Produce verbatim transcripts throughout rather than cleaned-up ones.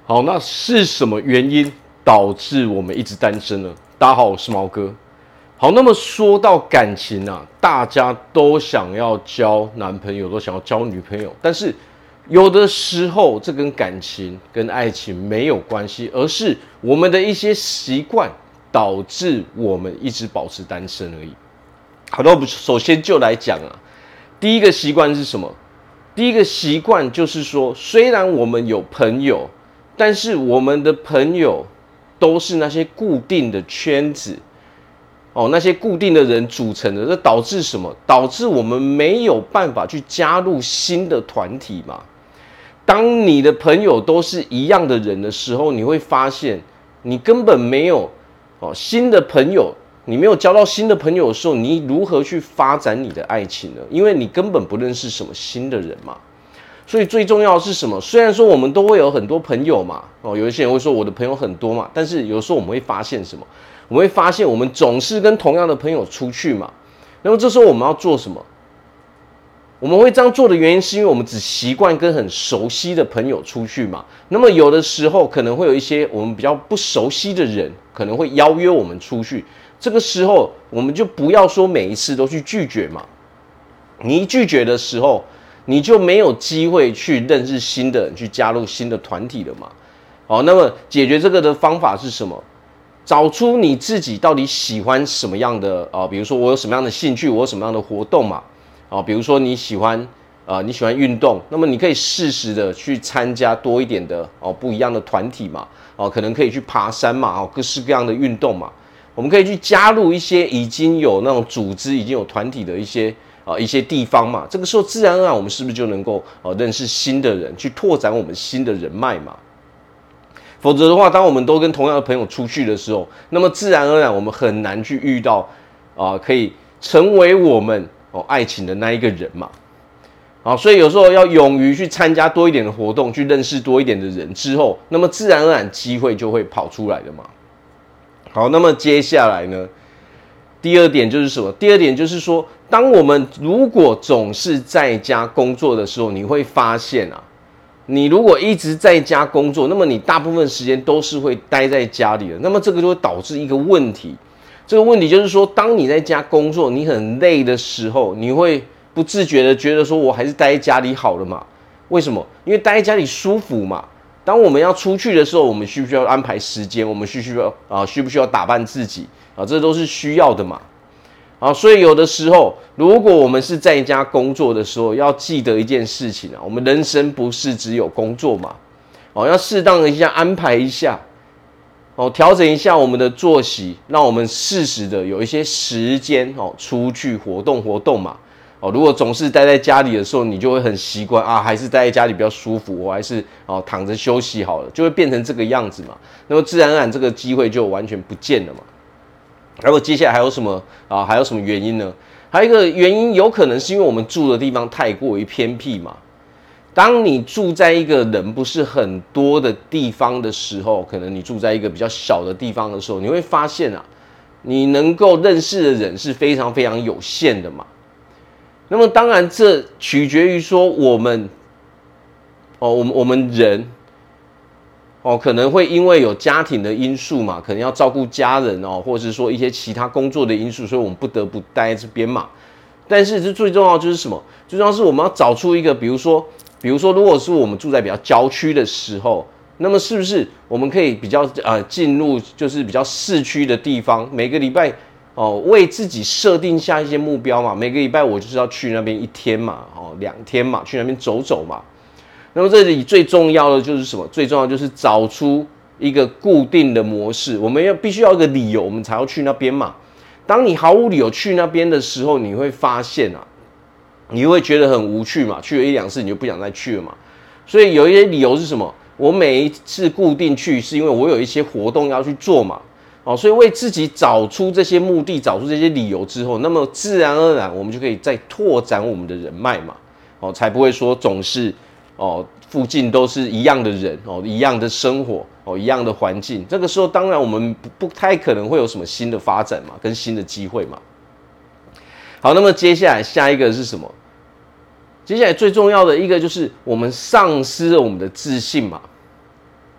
好，那是什么原因导致我们一直单身呢？大家好，我是毛哥。好，那么说到感情啊，大家都想要交男朋友，都想要交女朋友，但是有的时候这跟感情、跟爱情没有关系，而是我们的一些习惯导致我们一直保持单身而已。好，那我们首先就来讲啊，第一个习惯是什么？第一个习惯就是说，虽然我们有朋友，但是我们的朋友都是那些固定的圈子，哦，那些固定的人组成的，这导致什么？导致我们没有办法去加入新的团体嘛。当你的朋友都是一样的人的时候，你会发现你根本没有哦新的朋友，你没有交到新的朋友的时候，你如何去发展你的爱情呢？因为你根本不认识什么新的人嘛。所以最重要的是什么？虽然说我们都会有很多朋友嘛，哦，有一些人会说我的朋友很多嘛，但是有时候我们会发现什么？我们会发现我们总是跟同样的朋友出去嘛。那么这时候我们要做什么？我们会这样做的原因是因为我们只习惯跟很熟悉的朋友出去嘛。那么有的时候可能会有一些我们比较不熟悉的人，可能会邀约我们出去。这个时候我们就不要说每一次都去拒绝嘛。你一拒绝的时候，你就没有机会去认识新的人，去加入新的团体了嘛。好，那么解决这个的方法是什么？找出你自己到底喜欢什么样的啊、呃？比如说我有什么样的兴趣，我有什么样的活动嘛？啊、呃，比如说你喜欢啊、呃，你喜欢运动，那么你可以适时的去参加多一点的哦、呃、不一样的团体嘛。哦、呃，可能可以去爬山嘛，哦，各式各样的运动嘛。我们可以去加入一些已经有那种组织、已经有团体的一些。啊，一些地方嘛，这个时候自然而然我们是不是就能够呃认识新的人，去拓展我们新的人脉嘛？否则的话，当我们都跟同样的朋友出去的时候，那么自然而然我们很难去遇到啊、呃、可以成为我们哦爱情的那一个人嘛。好，所以有时候要勇于去参加多一点的活动，去认识多一点的人之后，那么自然而然机会就会跑出来了嘛。好，那么接下来呢？第二点就是什么？第二点就是说，当我们如果总是在家工作的时候，你会发现啊，你如果一直在家工作，那么你大部分时间都是会待在家里的。那么这个就会导致一个问题，这个问题就是说，当你在家工作，你很累的时候，你会不自觉的觉得说，我还是待在家里好了嘛？为什么？因为待在家里舒服嘛。当我们要出去的时候，我们需不需要安排时间？我们需不需要啊、呃？需不需要打扮自己啊？这都是需要的嘛。啊，所以有的时候，如果我们是在家工作的时候，要记得一件事情啊，我们人生不是只有工作嘛。哦，要适当的一下安排一下，哦，调整一下我们的作息，让我们适时的有一些时间哦，出去活动活动嘛。哦，如果总是待在家里的时候，你就会很习惯啊，还是待在家里比较舒服，我还是哦躺着休息好了，就会变成这个样子嘛。那么自然而然这个机会就完全不见了嘛。然后接下来还有什么啊？还有什么原因呢？还有一个原因，有可能是因为我们住的地方太过于偏僻嘛。当你住在一个人不是很多的地方的时候，可能你住在一个比较小的地方的时候，你会发现啊，你能够认识的人是非常非常有限的嘛。那么当然，这取决于说我们，哦，我们我们人，哦，可能会因为有家庭的因素嘛，可能要照顾家人哦，或者是说一些其他工作的因素，所以我们不得不待在这边嘛。但是这最重要的就是什么？最重要的是我们要找出一个，比如说，比如说，如果是我们住在比较郊区的时候，那么是不是我们可以比较呃进入就是比较市区的地方，每个礼拜。哦，为自己设定下一些目标嘛，每个礼拜我就是要去那边一天嘛，哦，两天嘛，去那边走走嘛。那么这里最重要的就是什么？最重要的就是找出一个固定的模式，我们要必须要有一个理由，我们才要去那边嘛。当你毫无理由去那边的时候，你会发现啊，你会觉得很无趣嘛，去了一两次你就不想再去了嘛。所以有一些理由是什么？我每一次固定去，是因为我有一些活动要去做嘛。哦，所以为自己找出这些目的，找出这些理由之后，那么自然而然我们就可以再拓展我们的人脉嘛，哦，才不会说总是哦附近都是一样的人哦，一样的生活哦，一样的环境。这个时候当然我们不不太可能会有什么新的发展嘛，跟新的机会嘛。好，那么接下来下一个是什么？接下来最重要的一个就是我们丧失了我们的自信嘛。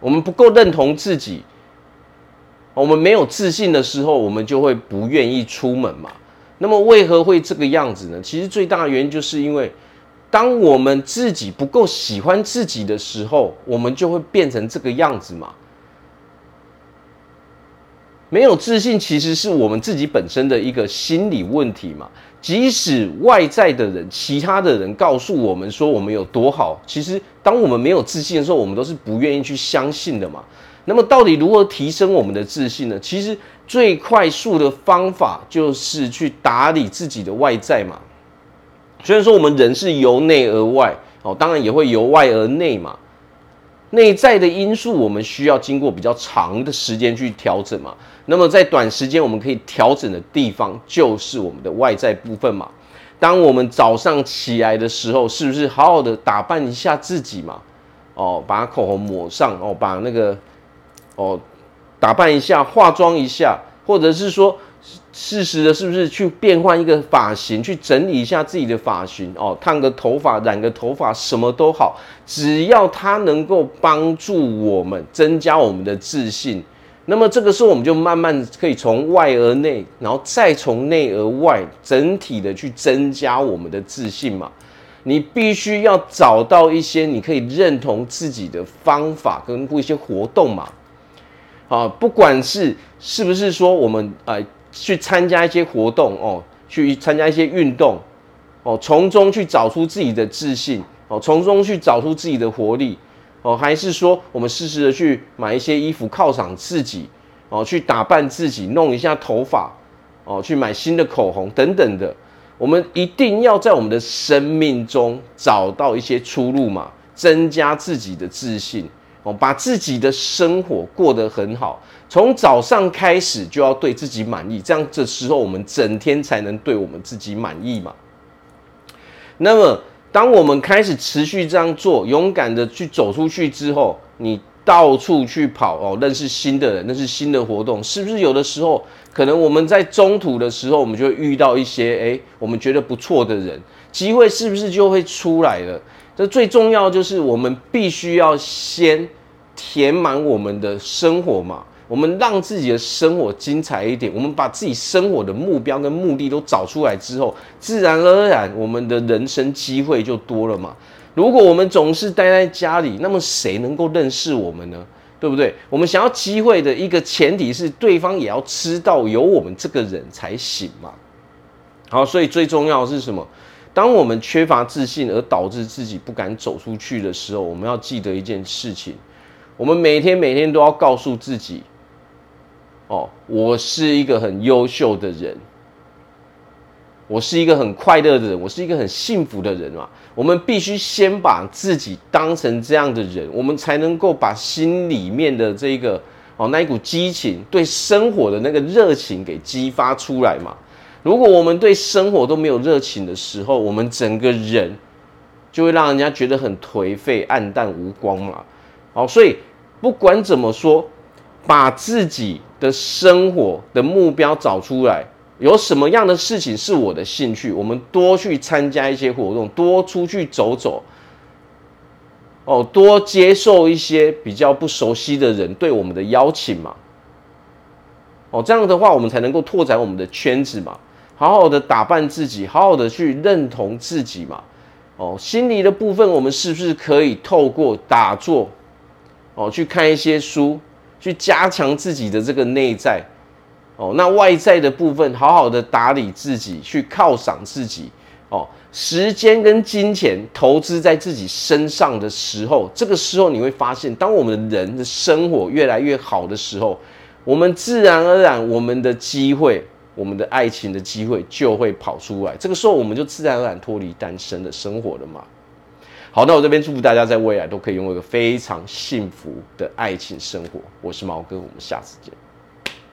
我们不够认同自己，我们没有自信的时候，我们就会不愿意出门嘛。那么为何会这个样子呢？其实最大的原因就是因为，当我们自己不够喜欢自己的时候，我们就会变成这个样子嘛。没有自信其实是我们自己本身的一个心理问题嘛。即使外在的人、其他的人告诉我们说我们有多好，其实当我们没有自信的时候，我们都是不愿意去相信的嘛。那么到底如何提升我们的自信呢？其实最快速的方法就是去打理自己的外在嘛。虽然说我们人是由内而外，哦，当然也会由外而内嘛。内在的因素，我们需要经过比较长的时间去调整嘛。那么在短时间我们可以调整的地方，就是我们的外在部分嘛。当我们早上起来的时候，是不是好好的打扮一下自己嘛？哦，把口红抹上，哦，把那个哦打扮一下，化妆一下，或者是说适时的，是不是去变换一个发型，去整理一下自己的发型哦，烫个头发，染个头发，什么都好，只要它能够帮助我们增加我们的自信，那么这个时候我们就慢慢可以从外而内，然后再从内而外，整体的去增加我们的自信嘛。你必须要找到一些你可以认同自己的方法跟一些活动嘛。啊，不管是是不是说我们呃去参加一些活动哦，去参加一些运动哦，从中去找出自己的自信哦，从中去找出自己的活力哦，还是说我们适时的去买一些衣服犒赏自己哦，去打扮自己，弄一下头发哦，去买新的口红等等的，我们一定要在我们的生命中找到一些出路嘛，增加自己的自信。哦，把自己的生活过得很好，从早上开始就要对自己满意，这样这时候我们整天才能对我们自己满意嘛。那么，当我们开始持续这样做，勇敢的去走出去之后，你到处去跑哦，认识新的人，认识新的活动，是不是有的时候可能我们在中途的时候，我们就会遇到一些哎，我们觉得不错的人，机会是不是就会出来了？这最重要就是我们必须要先填满我们的生活嘛，我们让自己的生活精彩一点，我们把自己生活的目标跟目的都找出来之后，自然而然我们的人生机会就多了嘛。如果我们总是待在家里，那么谁能够认识我们呢？对不对？我们想要机会的一个前提是对方也要知道有我们这个人才行嘛。好，所以最重要的是什么？当我们缺乏自信而导致自己不敢走出去的时候，我们要记得一件事情，我们每天每天都要告诉自己，哦，我是一个很优秀的人，我是一个很快乐的人，我是一个很幸福的人嘛。我们必须先把自己当成这样的人，我们才能够把心里面的这个哦那一股激情，对生活的那个热情给激发出来嘛。如果我们对生活都没有热情的时候，我们整个人就会让人家觉得很颓废、暗淡无光嘛。好，所以不管怎么说，把自己的生活的目标找出来，有什么样的事情是我的兴趣，我们多去参加一些活动，多出去走走，哦，多接受一些比较不熟悉的人对我们的邀请嘛。哦，这样的话，我们才能够拓展我们的圈子嘛。好好的打扮自己，好好的去认同自己嘛。哦，心理的部分，我们是不是可以透过打坐，哦，去看一些书，去加强自己的这个内在。哦，那外在的部分，好好的打理自己，去犒赏自己。哦，时间跟金钱投资在自己身上的时候，这个时候你会发现，当我们的人的生活越来越好的时候，我们自然而然，我们的机会，我们的爱情的机会就会跑出来。这个时候，我们就自然而然脱离单身的生活了嘛。好，那我这边祝福大家在未来都可以拥有一个非常幸福的爱情生活。我是毛哥，我们下次见。